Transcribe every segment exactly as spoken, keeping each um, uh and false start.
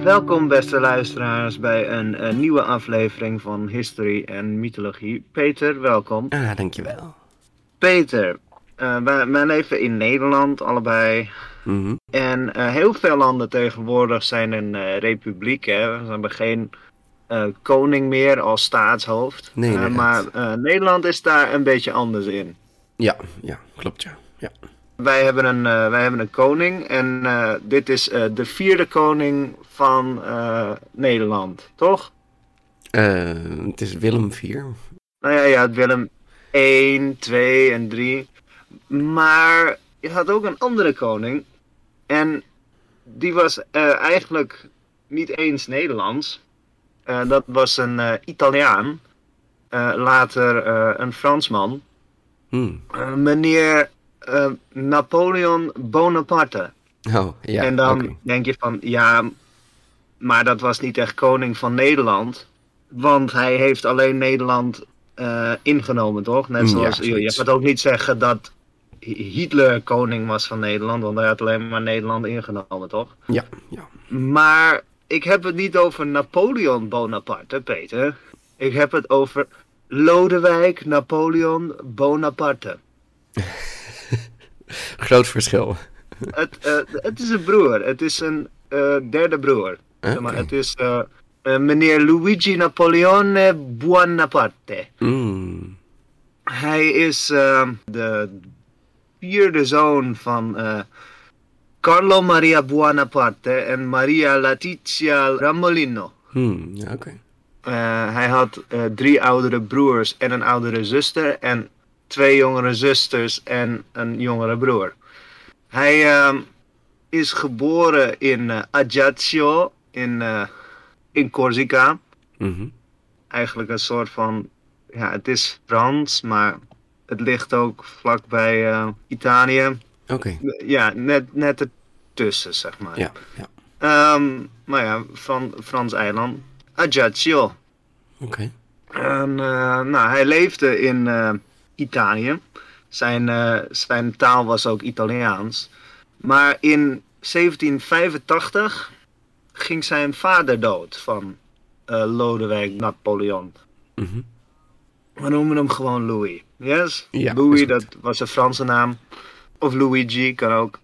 Welkom beste luisteraars bij een, een nieuwe aflevering van History en Mythologie. Peter, welkom. Ah, dankjewel. Peter, uh, wij, wij leven in Nederland allebei. Mm-hmm. En uh, heel veel landen tegenwoordig zijn een uh, republiek. Hè? Ze hebben geen uh, koning meer als staatshoofd. Nee, uh, maar uh, Nederland is daar een beetje anders in. Ja, ja, klopt ja. ja. Wij hebben een, uh, wij hebben een koning en uh, dit is uh, de vierde koning van uh, Nederland, toch? Uh, het is Willem vier. Nou ja, je had Willem één, twee en drie. Maar je had ook een andere koning. En die was uh, eigenlijk niet eens Nederlands. Uh, dat was een uh, Italiaan. Uh, later uh, een Fransman. Hmm. Uh, meneer uh, Napoleon Bonaparte. Oh, ja. En dan okay. denk je van, ja, maar dat was niet echt koning van Nederland. Want hij heeft alleen Nederland uh, ingenomen, toch? Net zoals, ja, je, je gaat ook niet zeggen dat Hitler koning was van Nederland, want hij had alleen maar Nederland ingenomen, toch? Ja, ja. Maar ik heb het niet over Napoleon Bonaparte, Peter. Ik heb het over Lodewijk Napoleon Bonaparte. Groot verschil. Het, uh, het is een broer. Het is een uh, derde broer. Okay. Maar het is uh, uh, meneer Luigi Napoleone Buonaparte. Mm. Hij is uh, de vierde zoon van uh, Carlo Maria Buonaparte en Maria Letizia Ramolino. Hmm, ja, oké. Okay. Uh, hij had uh, drie oudere broers en een oudere zuster en twee jongere zusters en een jongere broer. Hij uh, is geboren in uh, Ajaccio in, uh, in Corsica. Mm-hmm. Eigenlijk een soort van, ja, het is Frans, maar het ligt ook vlakbij uh, Italië. Oké. Okay. Ja, net, net ertussen, zeg maar. Ja, ja. Um, maar ja, van Frans eiland. Ajaccio. Oké. Okay. En uh, nou, hij leefde in uh, Italië. Zijn, uh, zijn taal was ook Italiaans. Maar in zeventien vijfentachtig ging zijn vader dood van uh, Lodewijk Napoleon. Mm-hmm. We noemen hem gewoon Louis. Yes? Ja, Louis, dat was een Franse naam. Of Luigi, kan ook.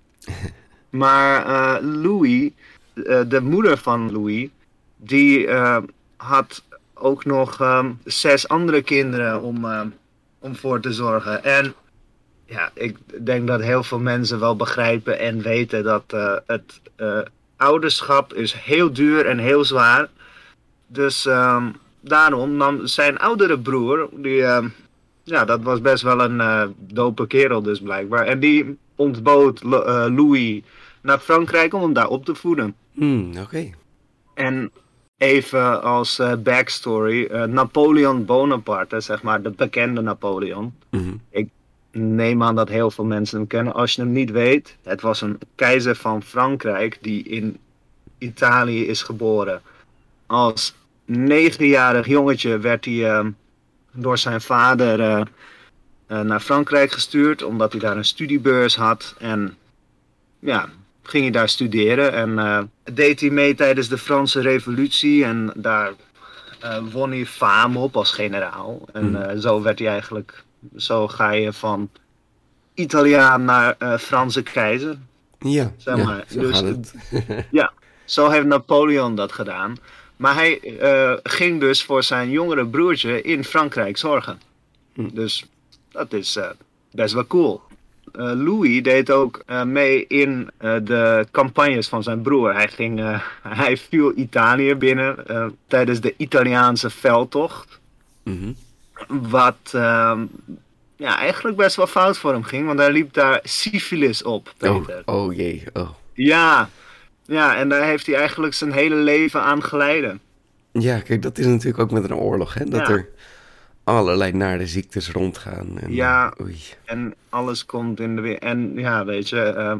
Maar uh, Louis, uh, de moeder van Louis, die uh, had ook nog um, zes andere kinderen om, uh, om voor te zorgen. En ja, ik denk dat heel veel mensen wel begrijpen en weten dat uh, het uh, ouderschap is heel duur en heel zwaar. Dus um, daarom nam zijn oudere broer, die, uh, ja, dat was best wel een uh, dope kerel dus blijkbaar. En die ontbood uh, Louis naar Frankrijk om hem daar op te voeden. Hmm, oké. Okay. En even als uh, backstory, uh, Napoleon Bonaparte, zeg maar de bekende Napoleon. Mm-hmm. Ik neem aan dat heel veel mensen hem kennen. Als je hem niet weet, het was een keizer van Frankrijk die in Italië is geboren. Als negenjarig jongetje werd hij uh, door zijn vader uh, uh, naar Frankrijk gestuurd, omdat hij daar een studiebeurs had. En ja, ging hij daar studeren en uh, deed hij mee tijdens de Franse Revolutie en daar uh, won hij faam op als generaal. En uh, zo werd hij eigenlijk, zo ga je van Italiaan naar uh, Franse keizer. Ja, zeg maar. Ja, zo dus, gaat het. Ja, zo heeft Napoleon dat gedaan. Maar hij uh, ging dus voor zijn jongere broertje in Frankrijk zorgen. Hm. Dus dat is uh, best wel cool. Uh, Louis deed ook uh, mee in uh, de campagnes van zijn broer. Hij, ging, uh, hij viel Italië binnen uh, tijdens de Italiaanse veldtocht. Mm-hmm. Wat uh, ja, eigenlijk best wel fout voor hem ging, want hij liep daar syfilis op, Peter. Oh, oh jee, oh. Ja, ja, en daar heeft hij eigenlijk zijn hele leven aan geleden. Ja, kijk, dat is natuurlijk ook met een oorlog, hè? Dat ja. er allerlei nare ziektes rondgaan. En, ja, oei. en alles komt in de weer. En ja, weet je, uh,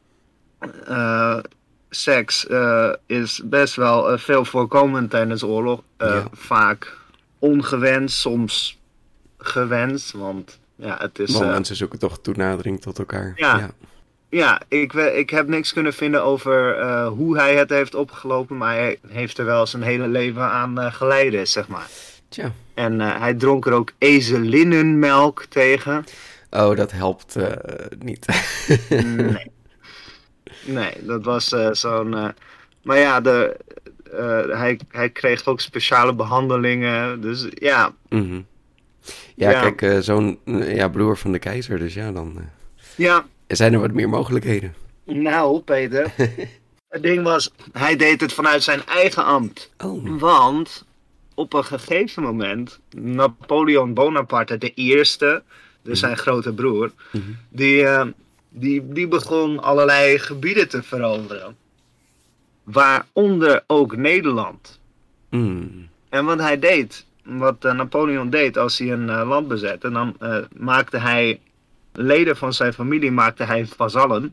uh, seks uh, is best wel uh, veel voorkomend tijdens oorlog. Uh, ja. Vaak ongewenst, soms gewenst, want ja, het is... Want uh, mensen zoeken toch toenadering tot elkaar. Ja, ja. ja, ik, we- ik heb niks kunnen vinden over eh, hoe hij het heeft opgelopen, maar hij heeft er wel zijn hele leven aan eh, geleden, zeg maar. Tja. En eh, hij dronk er ook ezelinnenmelk tegen. Oh, dat helpt eh, niet. Nee, nee, dat was eh, zo'n... eh, maar ja, de, eh, hij, hij kreeg ook speciale behandelingen. Dus ja, Mhm. Ja, ja, kijk, eh, zo'n eh, ja, broer van de keizer, dus ja, dan eh, ja. zijn er wat meer mogelijkheden. Nou, Peter, het ding was, hij deed het vanuit zijn eigen ambt. Oh. Want op een gegeven moment, Napoleon Bonaparte de Eerste, dus zijn grote broer, Mhm. die, eh, die, die begon allerlei gebieden te veroveren. Waaronder ook Nederland. Mm. En wat hij deed, wat eh, Napoleon deed als hij een eh, land bezette, dan eh, maakte hij leden van zijn familie maakte hij vazallen.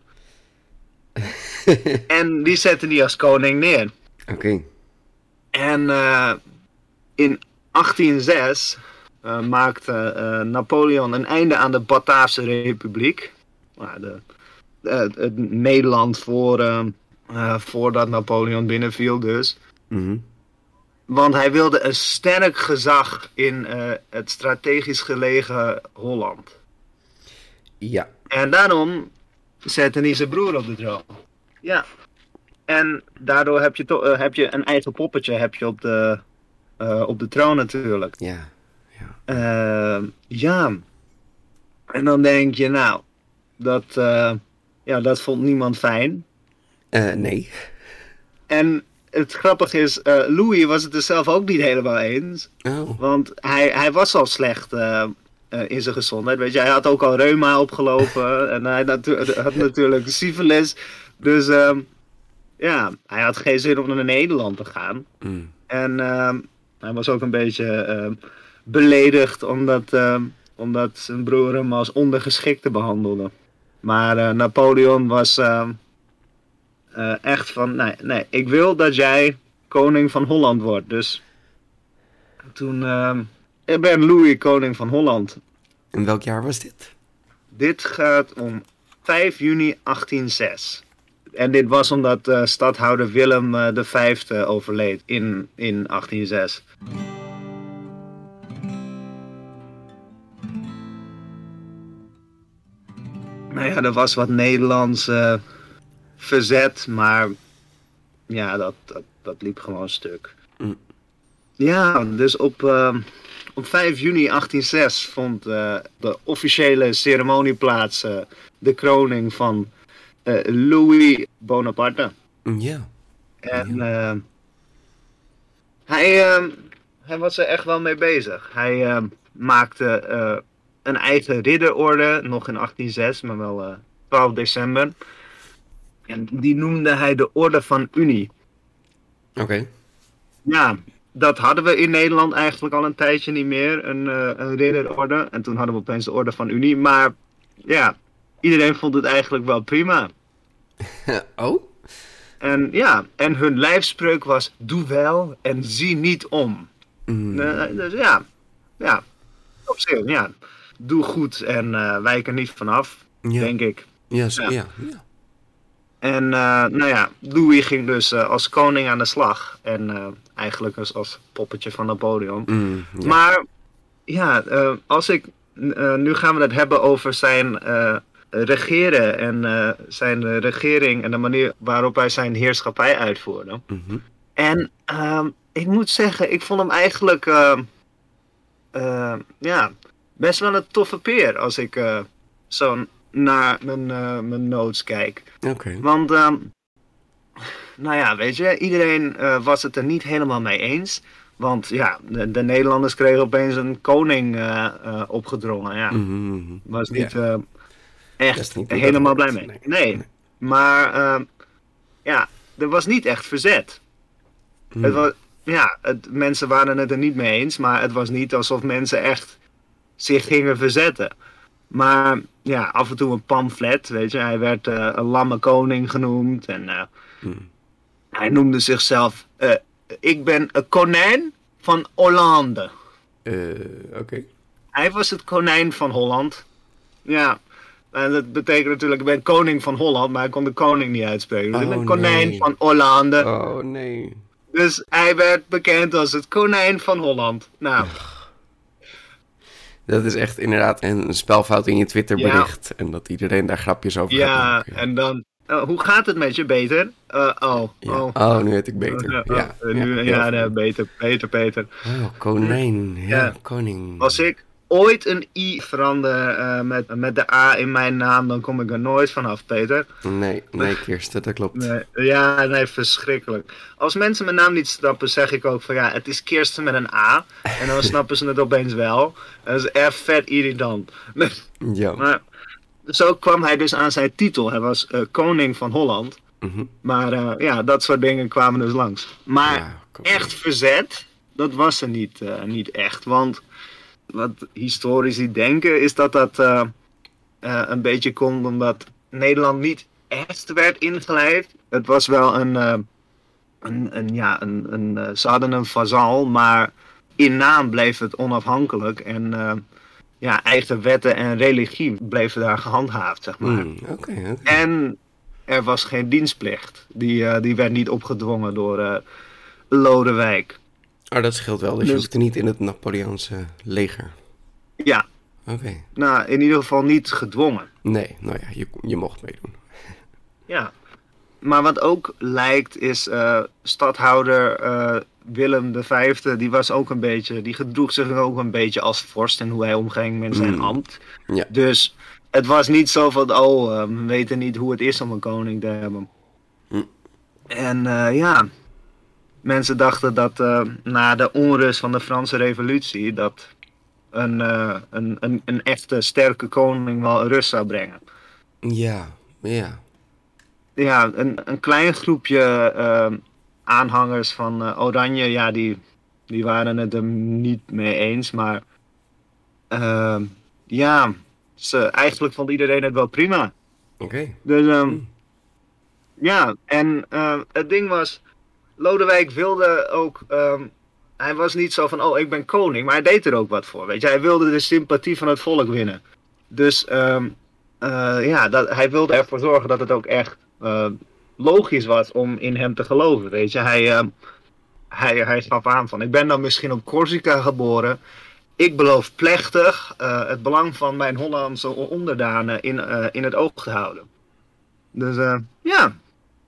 En die zette hij als koning neer. Oké. En eh, in achttienzes uh, maakte uh, Napoleon een einde aan de Bataafse Republiek. Nou, de, de, het Nederland voor, uh, uh, voordat Napoleon binnenviel dus. Mhm. Want hij wilde een sterk gezag in uh, het strategisch gelegen Holland. Ja. En daarom zette hij zijn broer op de troon. Ja. En daardoor heb je, to- uh, heb je een eigen poppetje heb je op de, uh, op de troon natuurlijk. Ja. Ja. Uh, ja. En dan denk je, nou, dat, uh, ja, dat vond niemand fijn. Uh, nee. En het grappige is, uh, Louis was het er zelf ook niet helemaal eens. Oh. Want hij, hij was al slecht uh, uh, in zijn gezondheid. Weet je, hij had ook al reuma opgelopen. En hij natu- had natuurlijk syfilis. Dus uh, ja, hij had geen zin om naar Nederland te gaan. Mm. En uh, hij was ook een beetje uh, beledigd omdat, uh, omdat zijn broer hem als ondergeschikte behandelde. Maar uh, Napoleon was uh, uh, echt van, nee, nee, ik wil dat jij koning van Holland wordt. Dus toen uh, werd Louis koning van Holland. In welk jaar was dit? Dit gaat om vijf juni achttienzes. En dit was omdat uh, stadhouder Willem uh, de Vijfde overleed in, in achttienzes. Nou ja, er was wat Nederlands uh, verzet, maar ja, dat, dat, dat liep gewoon stuk. Mm. Ja, dus op, uh, op vijf juni achttienzes vond uh, de officiële ceremonie plaats, uh, de kroning van uh, Louis Bonaparte. Ja. En uh, hij, uh, hij was er echt wel mee bezig. Hij uh, maakte uh, een eigen ridderorde, nog in achttienzes, maar wel uh, twaalf december. En die noemde hij de Orde van Unie. Oké. Okay. Ja, dat hadden we in Nederland eigenlijk al een tijdje niet meer, een, uh, een ridderorde. En toen hadden we opeens de Orde van Unie. Maar ja, iedereen vond het eigenlijk wel prima. Oh? En ja, en hun lijfspreuk was, doe wel en zie niet om. Mm. Uh, dus ja, ja, op zich, ja. Doe goed en uh, wijk er niet vanaf, Ja. denk ik. Ja, zo, Ja. ja. ja. En uh, nou ja, Louis ging dus uh, als koning aan de slag. En uh, eigenlijk als, als poppetje van Napoleon. Mm, ja. Maar ja, uh, als ik, uh, nu gaan we het hebben over zijn uh, regeren en uh, zijn uh, regering en de manier waarop hij zijn heerschappij uitvoerde. Mhm. En uh, ik moet zeggen, ik vond hem eigenlijk uh, uh, ja, best wel een toffe peer als ik uh, zo naar mijn, uh, mijn notes kijk. Oké. Okay. Want, uh, nou ja, weet je, iedereen uh, was het er niet helemaal mee eens. Want ja, de, de Nederlanders kregen opeens een koning uh, uh, opgedrongen. Ja, Mm-hmm. was niet Ja. uh, echt niet helemaal dat blij het mee. wordt. Nee, Nee. nee. Maar uh, ja, er was niet echt verzet. Mm. Het was, ja, het, mensen waren het er niet mee eens, maar het was niet alsof mensen echt zich gingen verzetten. Maar ja, af en toe een pamflet, weet je. Hij werd uh, een lamme koning genoemd en uh, Mm. hij noemde zichzelf, uh, ik ben een konijn van Hollande. Uh, Oké. Okay. Hij was het konijn van Holland. Ja, En dat betekent natuurlijk, ik ben koning van Holland, maar hij kon de koning niet uitspreken. Dus ik ben Oh, konijn nee. van Hollande. Oh, nee. Dus hij werd bekend als het konijn van Holland. Nou, Dat is echt inderdaad een spelfout in je Twitterbericht. En dat iedereen daar grapjes over gaat ja, maken. en dan... uh, hoe gaat het met je, Peter? Uh, oh, Ja. oh. Oh, nu weet ik beter. Uh, uh, Ja, uh, nu, ja, ja, heel nee, goed. beter, Peter, Peter. Oh, konijn. Ja, Ja. koning. Als ik ooit een i verander uh, met, met de a in mijn naam, dan kom ik er nooit vanaf, Peter. Nee, nee, Kirsten, dat klopt. Nee, ja, nee, verschrikkelijk. Als mensen mijn naam niet snappen, zeg ik ook van ja, het is Kirsten met een a. En dan snappen ze het opeens wel. Dat is echt vet irritant. Ja. Maar zo kwam hij dus aan zijn titel. Hij was uh, koning van Holland. Mhm. Maar uh, ja, dat soort dingen kwamen dus langs. Maar Ja, koning. echt verzet, dat was er niet, uh, niet echt. Want wat historici denken is dat dat uh, uh, een beetje komt omdat Nederland niet echt werd ingeleid. Het was wel een, uh, een, een ja, een, een, uh, ze hadden een vazal, maar in naam bleef het onafhankelijk. En uh, ja, eigen wetten en religie bleven daar gehandhaafd, zeg maar. Mm, Oké, oké. En er was geen dienstplicht. Die, uh, die werd niet opgedwongen door uh, Lodewijk. Oh, dat scheelt wel. Dus je Dus- hoeft er niet in het Napoleaanse leger. Ja, Oké. nou in ieder geval niet gedwongen. Nee, nou ja, je, je mocht meedoen. Ja. Maar wat ook lijkt is uh, stadhouder uh, Willem de Vijfde, die was ook een beetje, die gedroeg zich ook een beetje als vorst in hoe hij omging met zijn Mm. ambt. Ja. Dus het was niet zo van, oh, uh, we weten niet hoe het is om een koning te hebben. Mm. En uh, ja, mensen dachten dat uh, na de onrust van de Franse Revolutie, dat een, uh, een, een, een echte sterke koning wel rust zou brengen. Ja, ja. Ja, een, een klein groepje uh, aanhangers van uh, Oranje, ja, die, die waren het er niet mee eens. Maar uh, ja, ze, eigenlijk vond iedereen het wel prima. Oké. Dus um, Mm. ja, en uh, het ding was, Lodewijk wilde ook, um, hij was niet zo van, oh, ik ben koning, maar hij deed er ook wat voor, weet je. Hij wilde de sympathie van het volk winnen. Dus um, uh, ja, dat, hij wilde ervoor zorgen dat het ook echt uh, logisch was om in hem te geloven, weet je. Hij, uh, hij, hij gaf aan van, ik ben dan misschien op Corsica geboren. Ik beloof plechtig uh, het belang van mijn Hollandse onderdanen in, uh, in het oog te houden. Dus uh, ja,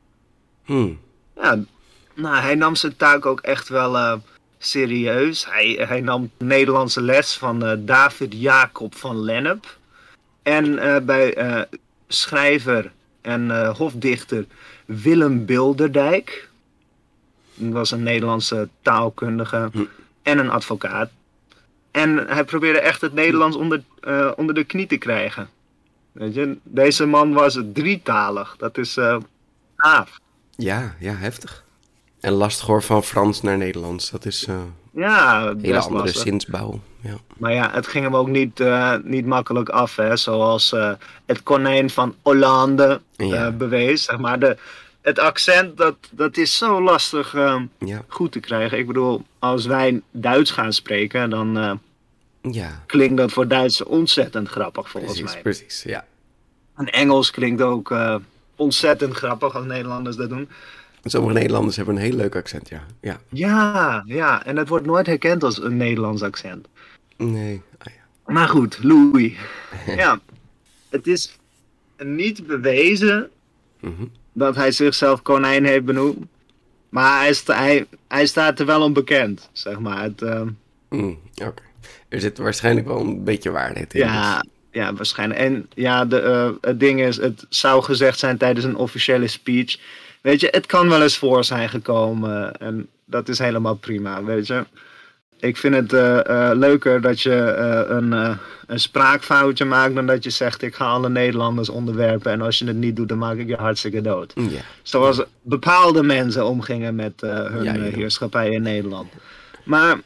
Hmm. ja, nou, hij nam zijn taak ook echt wel uh, serieus. Hij, hij nam Nederlandse les van uh, David Jacob van Lennep. En uh, bij uh, schrijver en uh, hofdichter Willem Bilderdijk. Dat was een Nederlandse taalkundige Hm. en een advocaat. En hij probeerde echt het Nederlands onder, uh, onder de knie te krijgen. Weet je? Deze man was drietalig. Dat is uh, gaaf. Ja, ja, heftig. En lastig hoor, van Frans naar Nederlands. Dat is uh, Ja, een hele best andere lastig. zinsbouw. Ja. Maar ja, het ging hem ook niet, uh, niet makkelijk af, hè. Zoals uh, het konijn van Hollande uh, Ja. bewees. Zeg maar de, het accent, dat, dat is zo lastig uh, Ja. goed te krijgen. Ik bedoel, als wij Duits gaan spreken, dan uh, Ja, klinkt dat voor Duits ontzettend grappig, volgens precies, mij. precies. Ja. En Engels klinkt ook uh, ontzettend grappig als Nederlanders dat doen. Sommige Nederlanders hebben een heel leuk accent, ja. Ja. Ja, ja, en het wordt nooit herkend als een Nederlands accent. Nee. Ah, ja. Maar goed, Louis. Ja, het is niet bewezen Mhm. dat hij zichzelf konijn heeft benoemd. Maar hij, sta, hij, hij staat er wel onbekend, zeg maar. Het, uh, Mm, Oké. Er zit waarschijnlijk wel een beetje waarheid in. ja, ja, waarschijnlijk. En ja, de, uh, het ding is, het zou gezegd zijn tijdens een officiële speech. Weet je, het kan wel eens voor zijn gekomen. En dat is helemaal prima, weet je. Ik vind het uh, uh, leuker dat je uh, een, uh, een spraakfoutje maakt dan dat je zegt, ik ga alle Nederlanders onderwerpen en als je het niet doet, dan maak ik je hartstikke dood. Dus, ja. Zoals bepaalde mensen omgingen met uh, hun Ja, ja. uh, heerschappij in Nederland. Maar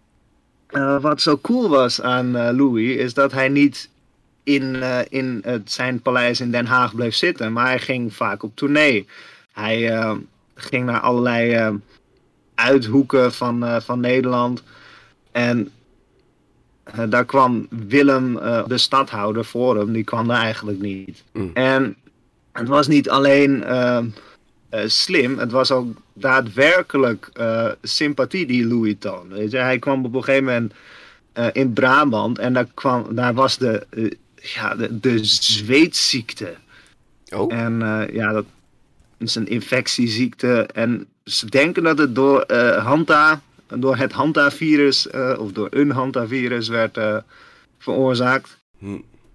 uh, wat zo cool was aan uh, Louis, is dat hij niet in, uh, in het, zijn paleis in Den Haag bleef zitten, maar hij ging vaak op tournee. Hij uh, ging naar allerlei uh, uithoeken van, uh, van Nederland. En uh, daar kwam Willem, uh, de stadhouder voor hem, die kwam daar eigenlijk niet. Mm. En het was niet alleen uh, uh, slim, het was ook daadwerkelijk uh, sympathie die Louis toonde. Weet je? Hij kwam op een gegeven moment uh, in Brabant en daar, kwam, daar was de, uh, ja, de, de zweetziekte. Oh. En uh, ja, dat is een infectieziekte. En ze denken dat het door, uh, Hanta, door het Hanta-virus uh, of door een Hanta-virus werd uh, veroorzaakt. Hm.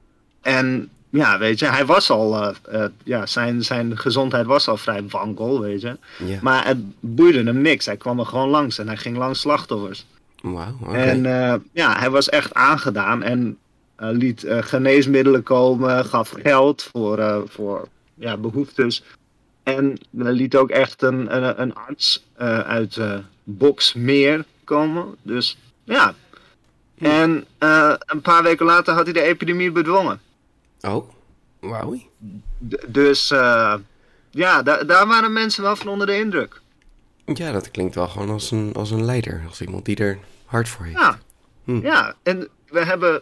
En ja, weet je, hij was al, uh, uh, ja, zijn, zijn gezondheid was al vrij wankel, weet je. Ja. Maar het boeide hem niks. Hij kwam er gewoon langs en hij ging langs slachtoffers. Wauw, oké. Okay. En uh, ja, hij was echt aangedaan en uh, liet uh, geneesmiddelen komen, gaf geld voor, uh, voor ja, behoeftes. En uh, liet ook echt een, een, een arts uh, uit uh, Boxmeer komen. Dus ja. Hm. En uh, een paar weken later had hij de epidemie bedwongen. Oh, wauw. D- dus uh, ja, da- daar waren mensen wel van onder de indruk. Ja, dat klinkt wel gewoon als een, als een leider. Als iemand die er hard voor heeft. Ja, hm. ja. En we hebben...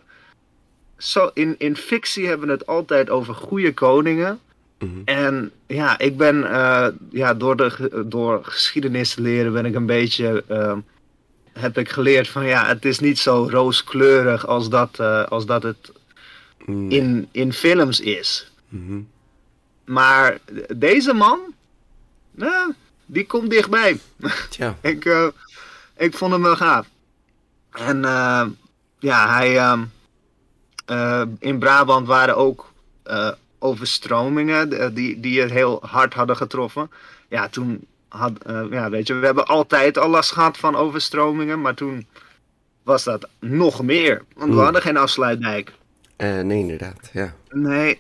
Zo, in, in fictie hebben we het altijd over goede koningen. Mm-hmm. En ja, ik ben uh, ja, door, de, door geschiedenis te leren ben ik een beetje... Uh, heb ik geleerd van ja, het is niet zo rooskleurig als dat, uh, als dat het mm. in, in films is. Mm-hmm. Maar deze man, nou, die komt dichtbij. Tja. ik, uh, ik vond hem wel gaaf. En uh, ja, hij... Uh, uh, in Brabant waren ook uh, overstromingen die, die het heel hard hadden getroffen. Ja, toen had, uh, ja, weet je, we hebben altijd al last gehad van overstromingen, maar toen was dat nog meer. Want we mm. hadden geen afsluitdijk. Uh, nee, inderdaad, ja. Nee,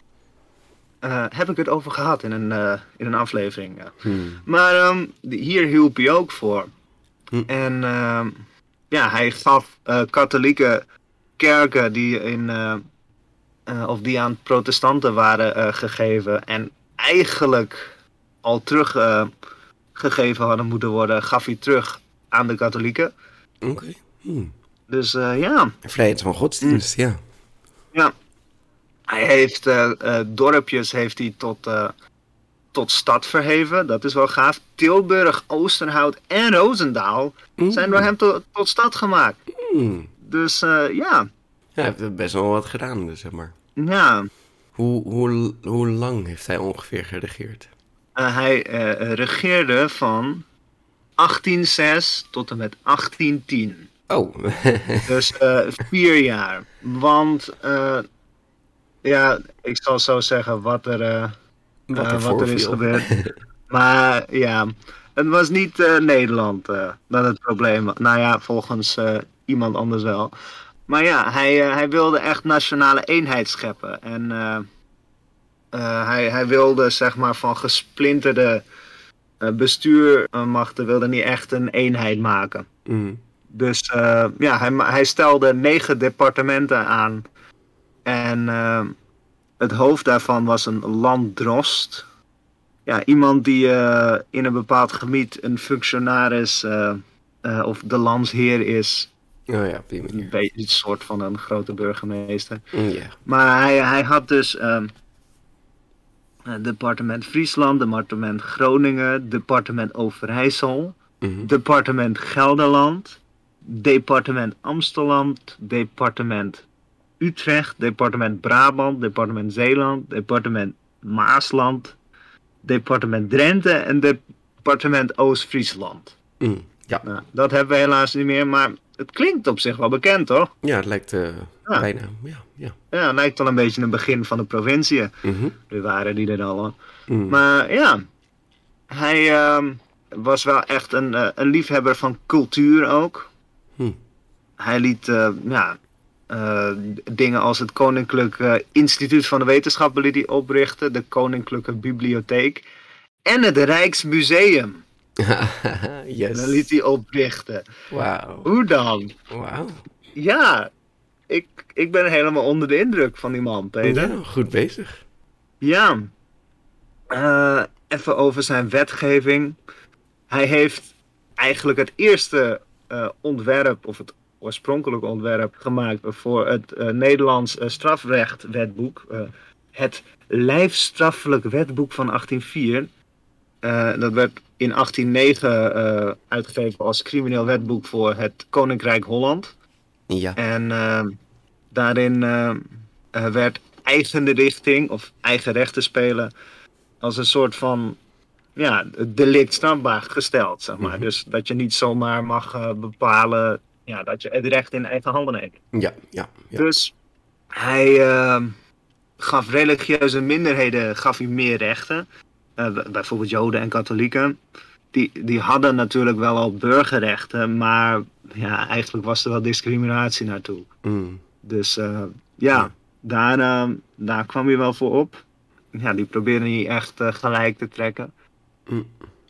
uh, heb ik het over gehad in een, uh, in een aflevering. Ja. Hmm. Maar um, hier hielp hij ook voor. Hmm. En uh, ja, hij gaf uh, katholieke kerken die in... Uh, Uh, of die aan protestanten waren uh, gegeven en eigenlijk al teruggegeven uh, hadden moeten worden, gaf hij terug aan de katholieken. Oké. Okay. Hmm. Dus uh, ja. Vrijheid van godsdienst, mm. ja. Ja. Hij heeft uh, uh, dorpjes heeft hij tot, uh, tot stad verheven. Dat is wel gaaf. Tilburg, Oosterhout en Roosendaal mm. zijn door hem to- tot stad gemaakt. Mm. Dus uh, ja. Ja, hij heeft best wel wat gedaan, dus zeg maar. Ja. Hoe, hoe, hoe lang heeft hij ongeveer geregeerd? Uh, hij uh, regeerde van achttien zes tot en met achttien tien. Oh. Dus uh, vier jaar. Want, uh, ja, ik zal zo zeggen wat er, uh, wat er, uh, wat er is gebeurd. Maar ja, het was niet uh, Nederland uh, dat het probleem was. Nou ja, volgens uh, iemand anders wel. Maar ja, hij, uh, hij wilde echt nationale eenheid scheppen. En uh, uh, hij, hij wilde zeg maar van gesplinterde uh, bestuurmachten wilde niet echt een eenheid maken. Mm. Dus uh, ja, hij, hij stelde negen departementen aan. En uh, het hoofd daarvan was een landdrost. Ja, iemand die uh, in een bepaald gebied een functionaris uh, uh, of de landsheer is. Oh ja, op die manier. Een beetje een soort van een grote burgemeester. Mm, yeah. Maar hij, hij had dus uh, departement Friesland, departement Groningen, departement Overijssel, mm-hmm. departement Gelderland, departement Amsterdam, departement Utrecht, departement Brabant, departement Zeeland, departement Maasland, departement Drenthe en departement Oost-Friesland. Mm, ja. Nou, dat hebben we helaas niet meer, maar het klinkt op zich wel bekend, toch? Ja, het lijkt uh, ja. bijna, ja, ja. Ja, het lijkt wel een beetje een begin van de provincie. Mm-hmm. Er waren die er al. Mm. Maar ja, hij uh, was wel echt een, uh, een liefhebber van cultuur ook. Mm. Hij liet uh, ja, uh, dingen als het Koninklijke Instituut van de Wetenschappen liet hij oprichten, de Koninklijke Bibliotheek en het Rijksmuseum. Yes. Dat liet hij oprichten. Wauw. Hoe dan? Wauw. Ja, ik, ik ben helemaal onder de indruk van die man, Peter. Ja, goed bezig. Ja. Uh, even over zijn wetgeving. Hij heeft eigenlijk het eerste uh, ontwerp, of het oorspronkelijke ontwerp gemaakt voor het uh, Nederlands uh, strafrechtwetboek. Uh, het lijfstraffelijk wetboek van achttien nul vier. Uh, dat werd in achttien nul negen uh, uitgegeven als crimineel wetboek voor het Koninkrijk Holland. Ja. En uh, daarin uh, uh, werd eigenrichting of eigen rechten spelen als een soort van ja, delict strafbaar gesteld, zeg maar. Mm-hmm. Dus dat je niet zomaar mag uh, bepalen ja, dat je het recht in eigen handen neemt. Ja, ja, ja. Dus hij uh, gaf religieuze minderheden gaf hij meer rechten. Uh, bijvoorbeeld Joden en katholieken. Die, die hadden natuurlijk wel al burgerrechten, maar ja, eigenlijk was er wel discriminatie naartoe. Mm. Dus uh, ja, ja. Daar, uh, daar kwam hij wel voor op. Ja, die probeerde hij echt uh, gelijk te trekken. Mm.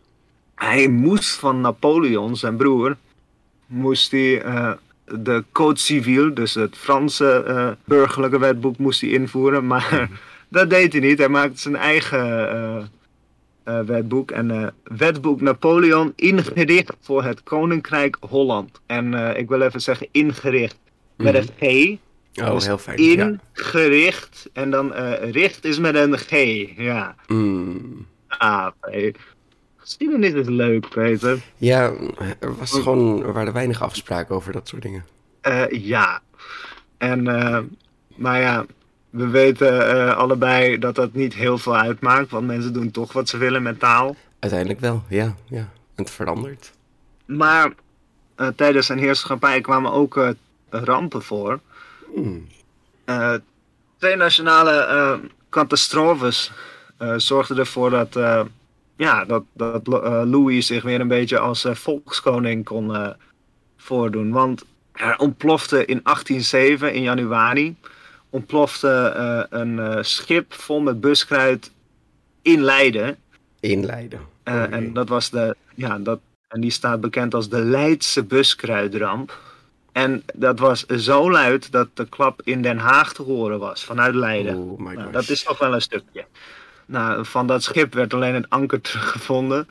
Hij moest van Napoleon, zijn broer, moest hij uh, de Code Civil, dus het Franse uh, burgerlijke wetboek, moest hij invoeren. Maar mm. dat deed hij niet. Hij maakte zijn eigen uh, uh, wetboek. En uh, wetboek Napoleon, ingericht voor het Koninkrijk Holland. En uh, ik wil even zeggen ingericht met mm. een G. Oh, dus heel fijn. ingericht ja. En dan uh, richt is met een G. Ja. Mm. Ah, nee. Geschiedenis is leuk, Peter. Ja, er, was gewoon, er waren weinig afspraken over dat soort dingen. Uh, ja. En, uh, maar ja, we weten uh, allebei dat dat niet heel veel uitmaakt. Want mensen doen toch wat ze willen met taal. Uiteindelijk wel, ja. ja. Het verandert. Maar uh, tijdens zijn heerschappij kwamen ook uh, rampen voor. Hmm. Uh, twee nationale uh, catastrofes uh, zorgden ervoor dat, uh, ja, dat, dat uh, Louis zich weer een beetje als uh, volkskoning kon uh, voordoen. Want er ontplofte in achttien nul zeven, in januari, ontplofte uh, een uh, schip vol met buskruid in Leiden. In Leiden. Uh, okay. En dat was de, ja, dat, en die staat bekend als de Leidse buskruidramp. En dat was zo luid dat de klap in Den Haag te horen was, vanuit Leiden. Oh my nou, dat is toch wel een stukje. Nou, van dat schip werd alleen het anker teruggevonden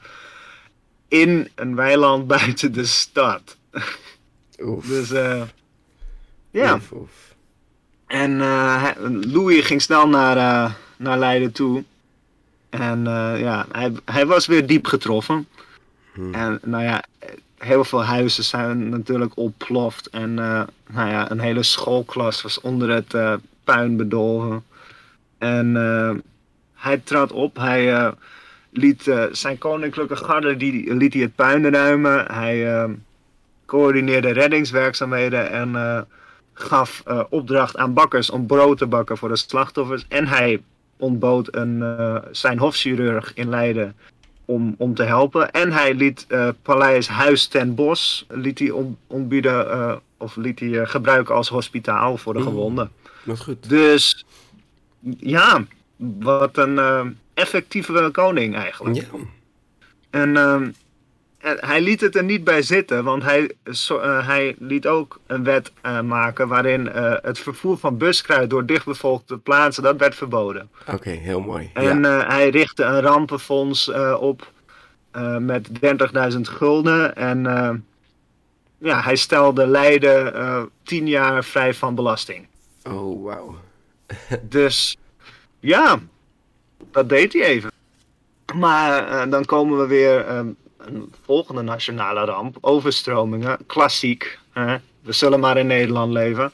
in een weiland buiten de stad. Oef. Dus, uh, ja. Oef, oef. En uh, Louis ging snel naar, uh, naar Leiden toe. En uh, ja, hij, hij was weer diep getroffen. Hmm. En nou ja... Heel veel huizen zijn natuurlijk ontploft. En uh, nou ja, een hele schoolklas was onder het uh, puin bedolven. En uh, hij trad op. Hij uh, liet uh, zijn koninklijke garde die, liet hij het puin ruimen. Hij uh, coördineerde reddingswerkzaamheden. En uh, gaf uh, opdracht aan bakkers om brood te bakken voor de slachtoffers. En hij ontbood een, uh, zijn hofchirurg in Leiden Om, om te helpen. En hij liet uh, Paleis Huis ten Bosch liet hij on, ontbieden uh, of liet hij uh, gebruiken als hospitaal voor de mm, gewonden. Dat is goed. Dus ja, wat een uh, effectieve koning eigenlijk. Ja. En uh, hij liet het er niet bij zitten, want hij, so, uh, hij liet ook een wet uh, maken waarin uh, het vervoer van buskruid door dichtbevolkte plaatsen, dat werd verboden. Oké, okay, heel mooi. En ja. uh, hij richtte een rampenfonds uh, op uh, met dertigduizend gulden. En uh, ja, hij stelde Leiden uh, tien jaar vrij van belasting. Oh, wauw. Dus ja, dat deed hij even. Maar uh, dan komen we weer... Uh, een volgende nationale ramp, overstromingen, klassiek. Hè? We zullen maar in Nederland leven.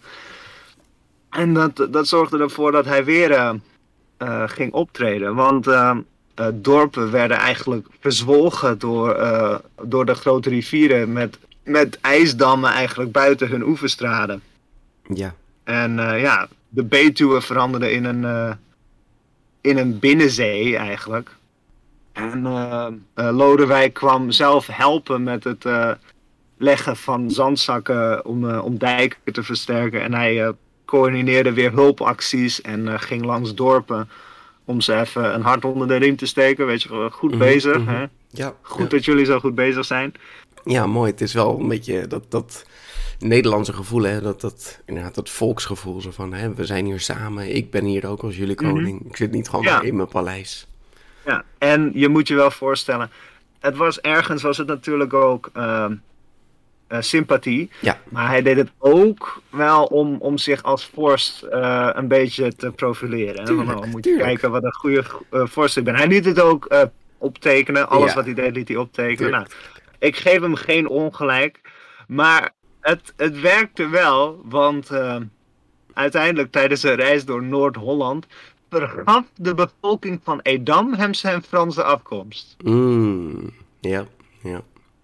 En dat, dat zorgde ervoor dat hij weer uh, uh, ging optreden. Want uh, uh, dorpen werden eigenlijk verzwolgen door, uh, door de grote rivieren met, met ijsdammen eigenlijk buiten hun oeverstraden. Ja. En uh, ja, de Betuwe veranderde in een, uh, in een binnenzee eigenlijk. En uh, uh, Lodewijk kwam zelf helpen met het uh, leggen van zandzakken om, uh, om dijken te versterken. En hij uh, coördineerde weer hulpacties en uh, ging langs dorpen om ze even een hart onder de riem te steken. Weet je, goed mm-hmm, bezig. Mm-hmm. Hè? Ja, goed ja. dat jullie zo goed bezig zijn. Ja, mooi. Het is wel een beetje dat, dat Nederlandse gevoel, hè? Dat, dat, inderdaad, dat volksgevoel. Zo van, hè? We zijn hier samen, ik ben hier ook als jullie koning. Mm-hmm. Ik zit niet gewoon ja. in mijn paleis. Ja, en je moet je wel voorstellen, het was ergens was het natuurlijk ook uh, uh, sympathie. Ja. Maar hij deed het ook wel om, om zich als vorst uh, een beetje te profileren. Tuurlijk, Want dan moet je tuurlijk. kijken wat een goede uh, vorst ik ben. Hij liet het ook uh, optekenen. Alles Ja. wat hij deed, liet hij optekenen. Nou, ik geef hem geen ongelijk. Maar het, het werkte wel, want uh, uiteindelijk tijdens een reis door Noord-Holland vergaf de bevolking van Edam hem zijn Franse afkomst. Mm, ja, ja.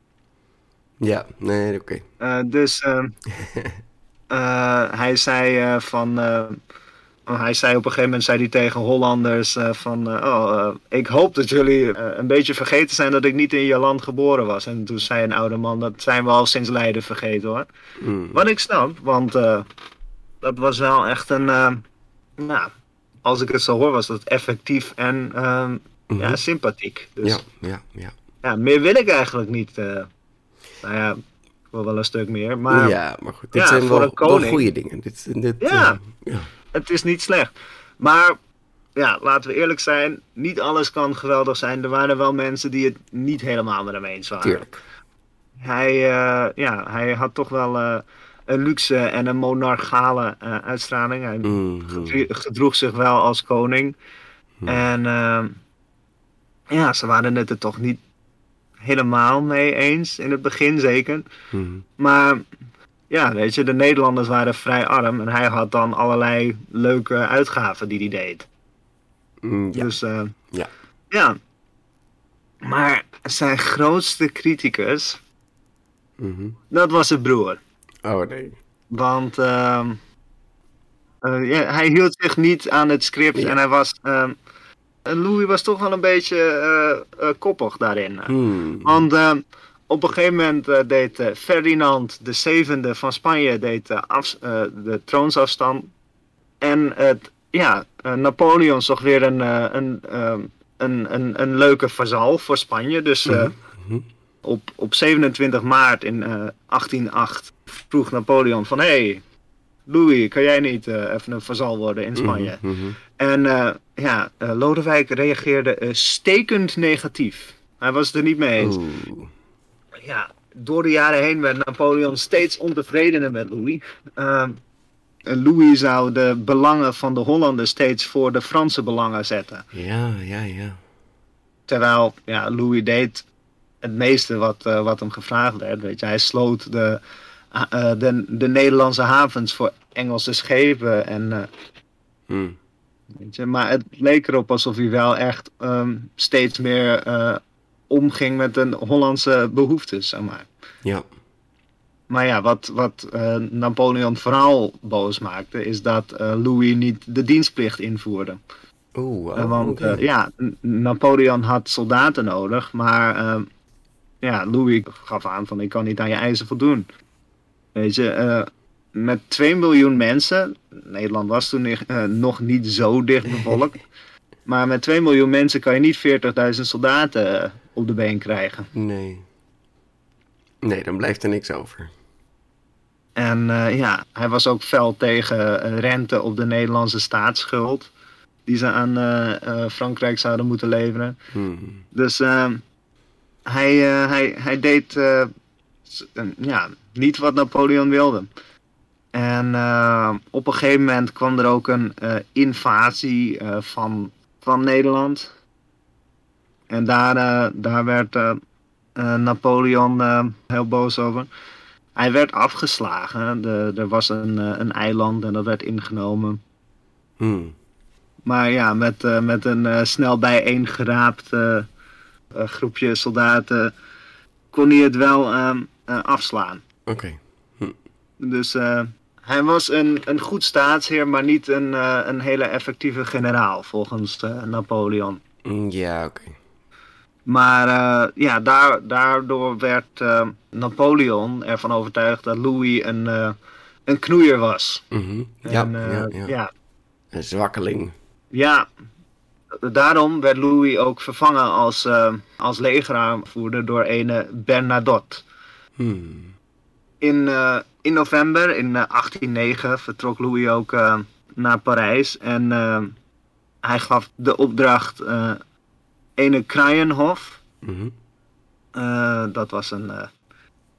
Ja, nee, oké. Okay. Uh, dus uh, uh, hij zei uh, van... Uh, oh, hij zei op een gegeven moment zei hij tegen Hollanders uh, van... Uh, oh, uh, ik hoop dat jullie uh, een beetje vergeten zijn dat ik niet in je land geboren was. En toen zei een oude man, dat zijn we al sinds Leiden vergeten hoor. Mm. Wat ik snap, want uh, dat was wel echt een... Uh, nou, als ik het zo hoor, was dat effectief en uh, mm-hmm. ja, sympathiek. Dus, ja, ja, ja. Ja, meer wil ik eigenlijk niet. Uh, nou ja, ik wil wel een stuk meer. Maar, ja, maar goed, dit ja, zijn voor wel, een koning, wel goede dingen. Dit, dit, ja, uh, ja, het is niet slecht. Maar ja, laten we eerlijk zijn, niet alles kan geweldig zijn. Er waren wel mensen die het niet helemaal met hem eens waren. Tuurlijk. Hij, uh, ja, hij had toch wel uh, een luxe en een monarchale uh, uitstraling. Hij mm-hmm. gedroeg zich wel als koning. Mm. En uh, ja, ze waren het er toch niet helemaal mee eens, in het begin zeker. Mm. Maar ja, weet je, de Nederlanders waren vrij arm en hij had dan allerlei leuke uitgaven die hij deed. Mm, ja. Dus uh, ja. ja. Maar zijn grootste criticus, mm-hmm. dat was zijn broer. Oh nee. Want uh, uh, ja, hij hield zich niet aan het script ja. en hij was... Uh, Louis was toch wel een beetje uh, uh, koppig daarin. Hmm. Want uh, op een gegeven moment uh, deed uh, Ferdinand de zevende van Spanje deed, uh, af, uh, de troonsafstand. En uh, ja, uh, Napoleon zocht weer een, uh, een, uh, een, een, een leuke vazal voor Spanje. Dus uh, mm-hmm. op, op zevenentwintig maart in uh, achttienhonderdacht vroeg Napoleon van... Hey, Louis, kan jij niet uh, even een vazal worden in Spanje? Mm-hmm. En uh, ja, uh, Lodewijk reageerde uh, stekend negatief. Hij was het er niet mee eens. Oeh. Ja, door de jaren heen werd Napoleon steeds ontevredener met Louis. Uh, Louis zou de belangen van de Hollanders steeds voor de Franse belangen zetten. Ja, ja, ja. Terwijl ja, Louis deed het meeste wat, uh, wat hem gevraagd werd. Weet je. Hij sloot de, uh, de, de Nederlandse havens voor Engelse schepen en... Uh, hmm. Weet je, maar het leek erop alsof hij wel echt um, steeds meer uh, omging met de Hollandse behoeftes, zeg maar. Ja. Maar ja, wat, wat uh, Napoleon vooral boos maakte, is dat uh, Louis niet de dienstplicht invoerde. Oeh, wow, uh, Want okay. uh, ja, Napoleon had soldaten nodig, maar uh, ja, Louis gaf aan van ik kan niet aan je eisen voldoen. Weet je, uh, met twee miljoen mensen, Nederland was toen uh, nog niet zo dicht bevolkt, maar met twee miljoen mensen kan je niet veertigduizend soldaten uh, op de been krijgen. Nee. Nee, dan blijft er niks over. En uh, ja, hij was ook fel tegen uh, rente op de Nederlandse staatsschuld, die ze aan uh, uh, Frankrijk zouden moeten leveren. Hmm. Dus uh, hij, uh, hij, hij deed uh, ja, niet wat Napoleon wilde. En uh, op een gegeven moment kwam er ook een uh, invasie uh, van, van Nederland. En daar, uh, daar werd uh, uh, Napoleon uh, heel boos over. Hij werd afgeslagen. De, er was een, uh, een eiland en dat werd ingenomen. Hmm. Maar ja, met, uh, met een uh, snel bijeengeraapt uh, uh, groepje soldaten kon hij het wel uh, uh, afslaan. Oké. Okay. Hm. Dus... Uh, Hij was een, een goed staatsheer, maar niet een, uh, een hele effectieve generaal, volgens uh, Napoleon. Ja, oké. Okay. Maar uh, ja, daar, daardoor werd uh, Napoleon ervan overtuigd dat Louis een, uh, een knoeier was. Mm-hmm. Ja, en, uh, ja, ja. ja. Een zwakkeling. Ja, daarom werd Louis ook vervangen als, uh, als legeraanvoerder door ene Bernadotte. Hmm. In... Uh, In november in uh, achttiennegen vertrok Louis ook uh, naar Parijs en uh, hij gaf de opdracht uh, ene Kraaienhof. Mm-hmm. Uh, dat was een uh,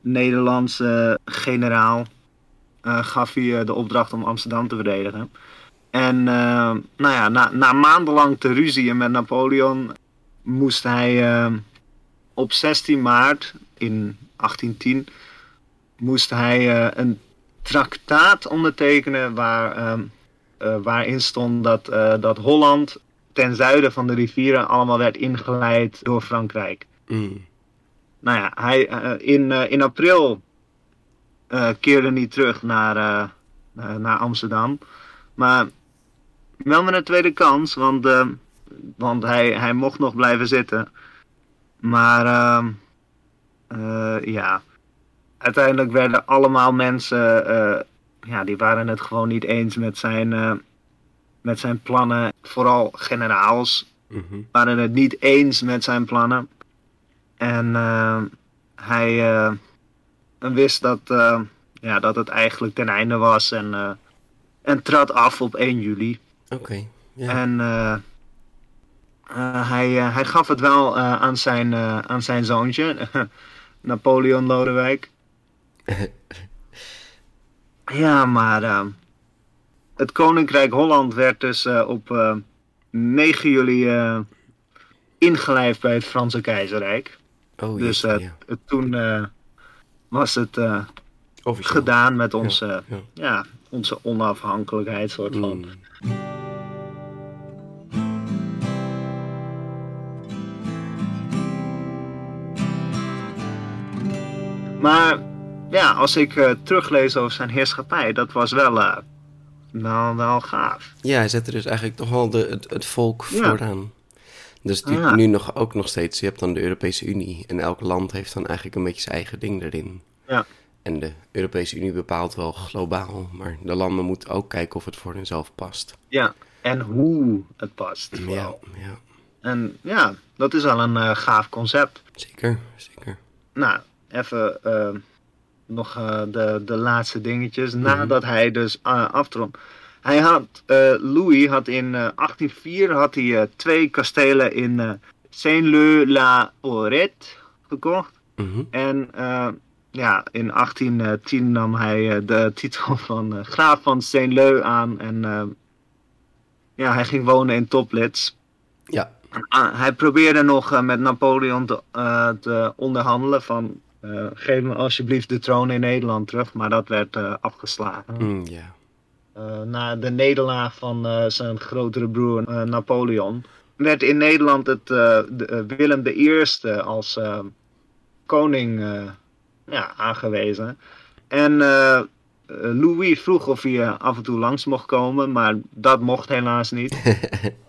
Nederlandse generaal uh, gaf hij uh, de opdracht om Amsterdam te verdedigen. En uh, nou ja, na, na maandenlang te ruzieën met Napoleon moest hij uh, op zestien maart in achttien tien moest hij uh, een traktaat ondertekenen waar, uh, uh, waarin stond dat, uh, dat Holland ten zuiden van de rivieren allemaal werd ingeleid door Frankrijk. Mm. Nou ja, hij, uh, in, uh, in april uh, keerde hij terug naar, uh, uh, naar Amsterdam. Maar wel met een tweede kans, want, uh, want hij, hij mocht nog blijven zitten. Maar uh, uh, ja, uiteindelijk werden allemaal mensen, uh, ja, die waren het gewoon niet eens met zijn, uh, met zijn plannen. Vooral generaals Mm-hmm. waren het niet eens met zijn plannen. En uh, hij uh, wist dat, uh, ja, dat het eigenlijk ten einde was en, uh, en trad af op één juli. Oké, okay, ja. En uh, uh, hij, uh, hij gaf het wel uh, aan, zijn, uh, aan zijn zoontje, Napoleon Lodewijk. Ja, maar uh, het Koninkrijk Holland werd dus uh, op uh, negen juli uh, ingelijfd bij het Franse Keizerrijk. Oh, dus jeetje, uh, ja. het, toen uh, was het uh, Officieel. gedaan met onze, Ja, ja. ja, onze onafhankelijkheid soort van. Mm. Maar ja, als ik uh, teruglees over zijn heerschappij, dat was wel, uh, wel, wel gaaf. Ja, hij zette dus eigenlijk toch wel de, het, het volk Ja. vooraan. Dus die, Ja. nu nog ook nog steeds, je hebt dan de Europese Unie en elk land heeft dan eigenlijk een beetje zijn eigen ding erin. Ja. En de Europese Unie bepaalt wel globaal, maar de landen moeten ook kijken of het voor henzelf past. Ja, en hoe het past. Ja, vooral. ja, En ja, dat is al een uh, gaaf concept. zeker, zeker. Nou, even uh, nog uh, de, de laatste dingetjes. Mhm. Nadat hij dus uh, aftrond. Hij had, uh, Louis had in uh, achttien oh vier had hij, uh, twee kastelen in uh, Saint-Leu-la-Auret gekocht. Mhm. En uh, ja, in achttien tien nam hij uh, de titel van uh, graaf van Saint-Leu aan. En uh, ja, hij ging wonen in Toplitz. Ja, Uh, hij probeerde nog uh, met Napoleon te, uh, te onderhandelen van uh, geef me alsjeblieft de troon in Nederland terug, maar dat werd uh, afgeslagen. mm, ja. Uh, na de nederlaag van uh, zijn grotere broer uh, Napoleon werd in Nederland het, uh, de, uh, Willem de Eerste als uh, koning uh, ja, aangewezen. En uh, Louis vroeg of hij uh, af en toe langs mocht komen, maar dat mocht helaas niet.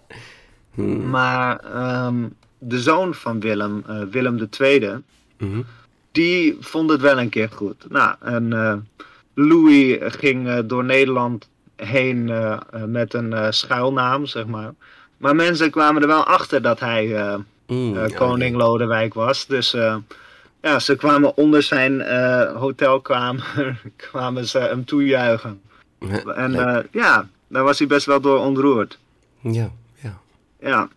Hmm. Maar um, de zoon van Willem, uh, Willem de Tweede, Mhm. die vond het wel een keer goed. Nou, en uh, Louis ging uh, door Nederland heen uh, uh, met een uh, schuilnaam, zeg maar. Maar mensen kwamen er wel achter dat hij uh, Mm, uh, oh, koning ja. Lodewijk was. Dus uh, ja, ze kwamen onder zijn uh, hotelkamer, kwamen ze hem toejuichen. En Leuk. uh, ja, daar was hij best wel door ontroerd. Ja, ja. Ja,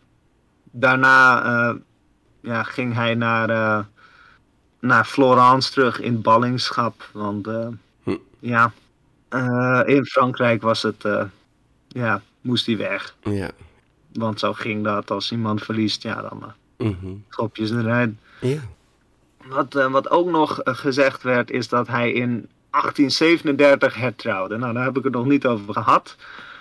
daarna uh, ja, ging hij naar, uh, naar Florence terug in ballingschap. Want uh, Hm. ja, uh, in Frankrijk was het, uh, ja, moest hij weg. Ja. Want zo ging dat, als iemand verliest, ja, dan uh, Mhm. schop je ze eruit. Ja. Wat, uh, wat ook nog uh, gezegd werd, is dat hij in achttien zevenendertig hertrouwde. Nou, daar heb ik het nog niet over gehad.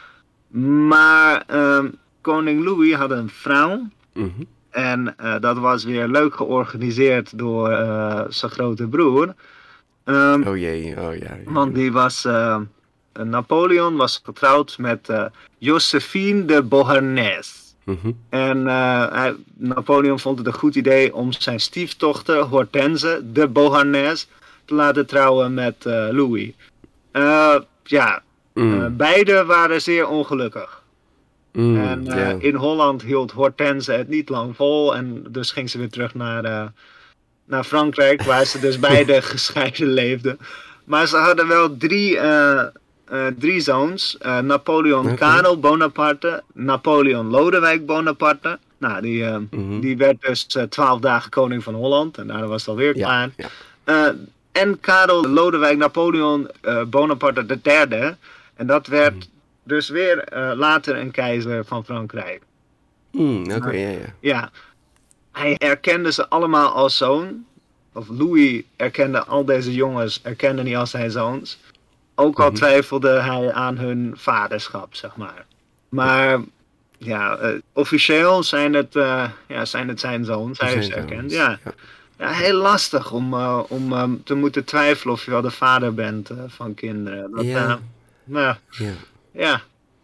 Maar uh, koning Louis had een vrouw. Mhm. En uh, dat was weer leuk georganiseerd door uh, zijn grote broer. Um, Oh jee, oh ja. ja. Want die was, uh, Napoleon was getrouwd met uh, Josephine de Beauharnais. Mhm. En uh, hij, Napoleon vond het een goed idee om zijn stiefdochter Hortense de Beauharnais te laten trouwen met uh, Louis. Uh, ja, Mm. uh, beide waren zeer ongelukkig. Mm, En uh, ja. in Holland hield Hortense het niet lang vol. En dus ging ze weer terug naar, uh, naar Frankrijk, waar ze dus beide gescheiden leefden. Maar ze hadden wel drie, uh, uh, drie zoons. Uh, Napoleon Oké. Karel Bonaparte, Napoleon Lodewijk Bonaparte. Nou, die, uh, Mhm. die werd dus uh, twaalf dagen koning van Holland. En daar was het alweer Ja, klaar. ja. Uh, en Karel Lodewijk Napoleon uh, Bonaparte de derde. En dat werd mm. dus weer uh, later een keizer van Frankrijk. Mm, Oké, okay, ja, ja. Ja, hij erkende ze allemaal als zoon. Of Louis erkende al deze jongens, erkende niet als zijn zoons. Ook al mm-hmm. twijfelde hij aan hun vaderschap, zeg maar. Maar ja, uh, officieel zijn het, uh, ja, zijn het zijn zoons. Hij is erkend, ja. ja. Ja, heel lastig om, uh, om um, te moeten twijfelen of je wel de vader bent uh, van kinderen. Dat, ja. Uh, nou, ja. Ja.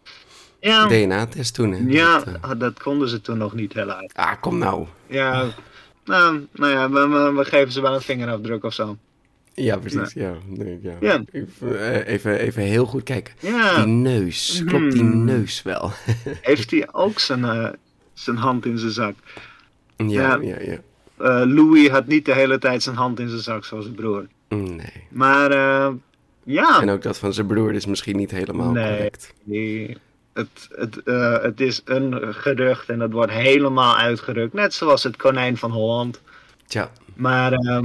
ja. D N A-test toen, hè? Ja, dat, uh... dat konden ze toen nog niet helaas. Ah, kom nou. Ja, nou, nou ja, we, we, we geven ze wel een vingerafdruk of zo. Ja, precies. Nee. Ja, nee, ja. ja. Even, even, even heel goed kijken. Ja. Die neus. Klopt die neus wel? Heeft hij ook zijn, uh, zijn hand in zijn zak? Ja, ja, ja. ja. Uh, Louis had niet de hele tijd zijn hand in zijn zak zoals zijn broer. Nee. Maar uh, ja. En ook dat van zijn broer is misschien niet helemaal nee, correct. Nee, het, het, uh, het is een gerucht en dat wordt helemaal uitgerukt. Net zoals het konijn van Holland. Tja. Maar uh,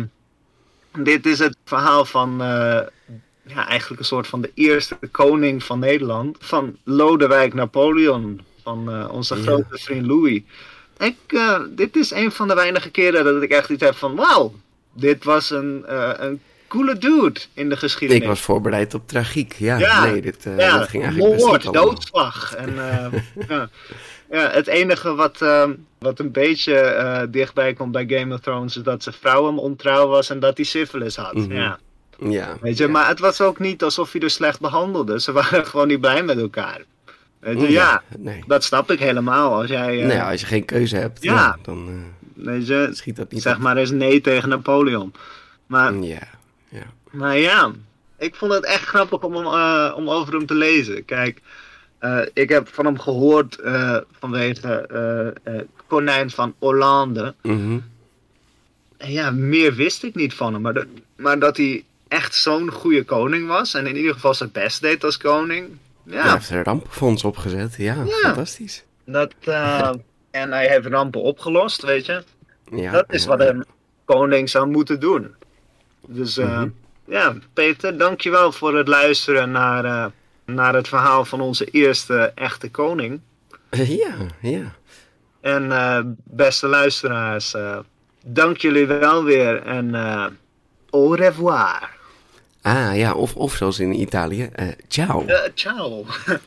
dit is het verhaal van uh, ja, eigenlijk een soort van de eerste koning van Nederland. Van Lodewijk Napoleon. Van uh, onze ja. grote vriend Louis. Ik, uh, dit is een van de weinige keren dat ik echt iets heb van... Wauw, dit was een, uh, een coole dude in de geschiedenis. Ik was voorbereid op tragiek. Ja, ja nee, dit, uh, ja, dat ging eigenlijk best moord, goed allemaal. doodslag. En, uh, ja, ja, het enige wat, uh, wat een beetje uh, dichtbij komt bij Game of Thrones... is dat zijn vrouw hem ontrouw was en dat hij syphilis had. Mm-hmm. Ja. Ja, Weet je, ja. Maar het was ook niet alsof hij er slecht behandelde. Ze waren gewoon niet blij met elkaar. Weet je, ja, ja nee. dat snap ik helemaal. Als jij, uh, nee, als je geen keuze hebt, ja, ja, dan uh, weet je, schiet dat niet zeg op. maar eens nee tegen Napoleon. Maar ja, ja. Maar ja, ik vond het echt grappig om, uh, om over hem te lezen. Kijk, uh, ik heb van hem gehoord uh, vanwege uh, uh, Konijn van Hollande. Mm-hmm. En ja, meer wist ik niet van hem. Maar, de, maar dat hij echt zo'n goede koning was. En in ieder geval zijn best deed als koning. Ja. Hij heeft een rampenfonds opgezet. Ja, ja. Fantastisch. Dat, uh, en hij heeft rampen opgelost, weet je. Ja, dat is ja, wat ja. een koning zou moeten doen. Dus uh, mm-hmm. ja, Peter, dankjewel voor het luisteren naar, uh, naar het verhaal van onze eerste echte koning. Ja, ja. En uh, beste luisteraars, uh, dank jullie wel weer en uh, au revoir. Ah ja, of, of zoals in Italië, uh, ciao. Uh, ciao.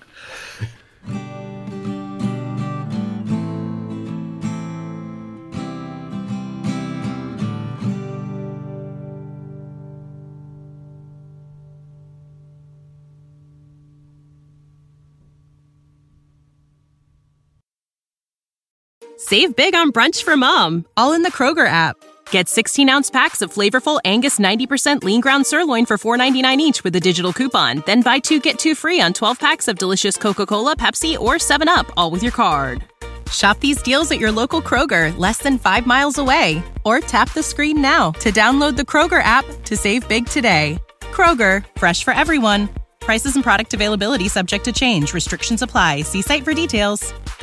Save big on brunch for mom, all in the Kroger app. Get sixteen-ounce packs of flavorful Angus ninety percent lean ground sirloin for four ninety-nine each with a digital coupon. Then buy two, get two free on twelve packs of delicious Coca-Cola, Pepsi, or seven up, all with your card. Shop these deals at your local Kroger, less than five miles away. Or tap the screen now to download the Kroger app to save big today. Kroger, fresh for everyone. Prices and product availability subject to change. Restrictions apply. See site for details.